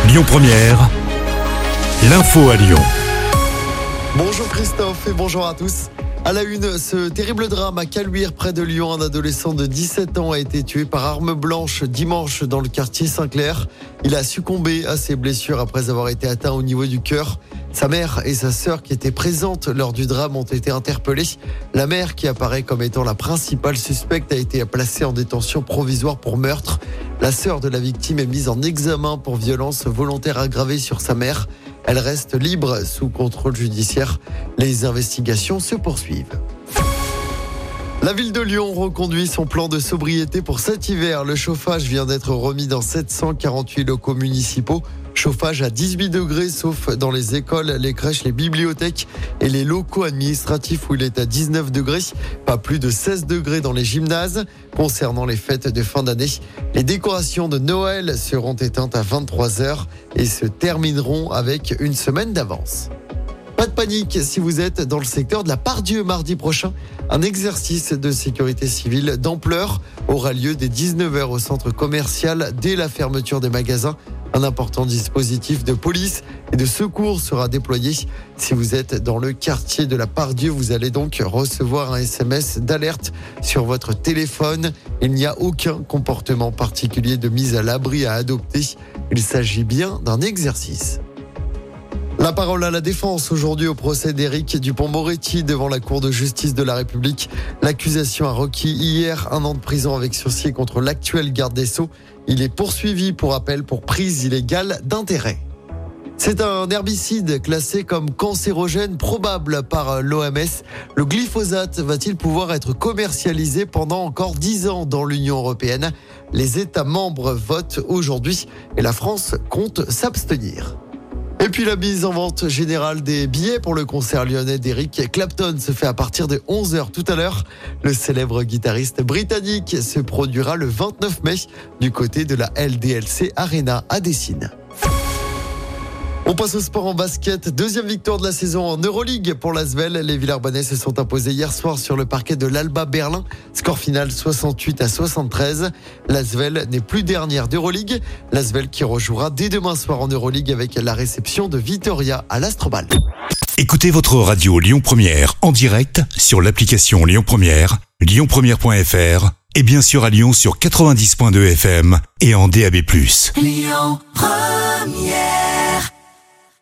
Lyon Première, l'info à Lyon. Bonjour Christophe et bonjour à tous. À la une, ce terrible drame à Caluire près de Lyon. Un adolescent de 17 ans a été tué par arme blanche dimanche dans le quartier Saint-Clair. Il a succombé à ses blessures après avoir été atteint au niveau du cœur. Sa mère et sa sœur qui étaient présentes lors du drame ont été interpellées. La mère, qui apparaît comme étant la principale suspecte, a été placée en détention provisoire pour meurtre. La sœur de la victime est mise en examen pour violence volontaire aggravée sur sa mère. Elle reste libre sous contrôle judiciaire. Les investigations se poursuivent. La ville de Lyon reconduit son plan de sobriété pour cet hiver. Le chauffage vient d'être remis dans 748 locaux municipaux. Chauffage à 18 degrés, sauf dans les écoles, les crèches, les bibliothèques et les locaux administratifs où il est à 19 degrés. Pas plus de 16 degrés dans les gymnases. Concernant les fêtes de fin d'année, les décorations de Noël seront éteintes à 23h et se termineront avec une semaine d'avance. Pas de panique si vous êtes dans le secteur de la Part-Dieu mardi prochain. Un exercice de sécurité civile d'ampleur aura lieu dès 19h au centre commercial dès la fermeture des magasins. Un important dispositif de police et de secours sera déployé. Si vous êtes dans le quartier de la Part-Dieu, vous allez donc recevoir un SMS d'alerte sur votre téléphone. Il n'y a aucun comportement particulier de mise à l'abri à adopter. Il s'agit bien d'un exercice. La parole à la défense aujourd'hui au procès d'Éric Dupond-Moretti devant la Cour de justice de la République. L'accusation a requis hier 1 an de prison avec sursis contre l'actuel garde des Sceaux. Il est poursuivi pour appel pour prise illégale d'intérêt. C'est un herbicide classé comme cancérogène probable par l'OMS. Le glyphosate va-t-il pouvoir être commercialisé pendant encore 10 ans dans l'Union européenne? Les États membres votent aujourd'hui et la France compte s'abstenir. Et puis la mise en vente générale des billets pour le concert lyonnais d'Eric Clapton se fait à partir de 11h tout à l'heure. Le célèbre guitariste britannique se produira le 29 mai du côté de la LDLC Arena à Dessine. On passe au sport en basket. Deuxième victoire de la saison en Euroleague pour l'Asvel. Les Villeurbanais se sont imposés hier soir sur le parquet de l'Alba Berlin. Score final 68-73. L'Asvel n'est plus dernière d'Euroleague. L'Asvel qui rejouera dès demain soir en Euroleague avec la réception de Vitoria à l'Astrobal. Écoutez votre radio Lyon Première en direct sur l'application Lyon Première, lyonpremière.fr et bien sûr à Lyon sur 90.2 FM et en DAB+. Lyon Première.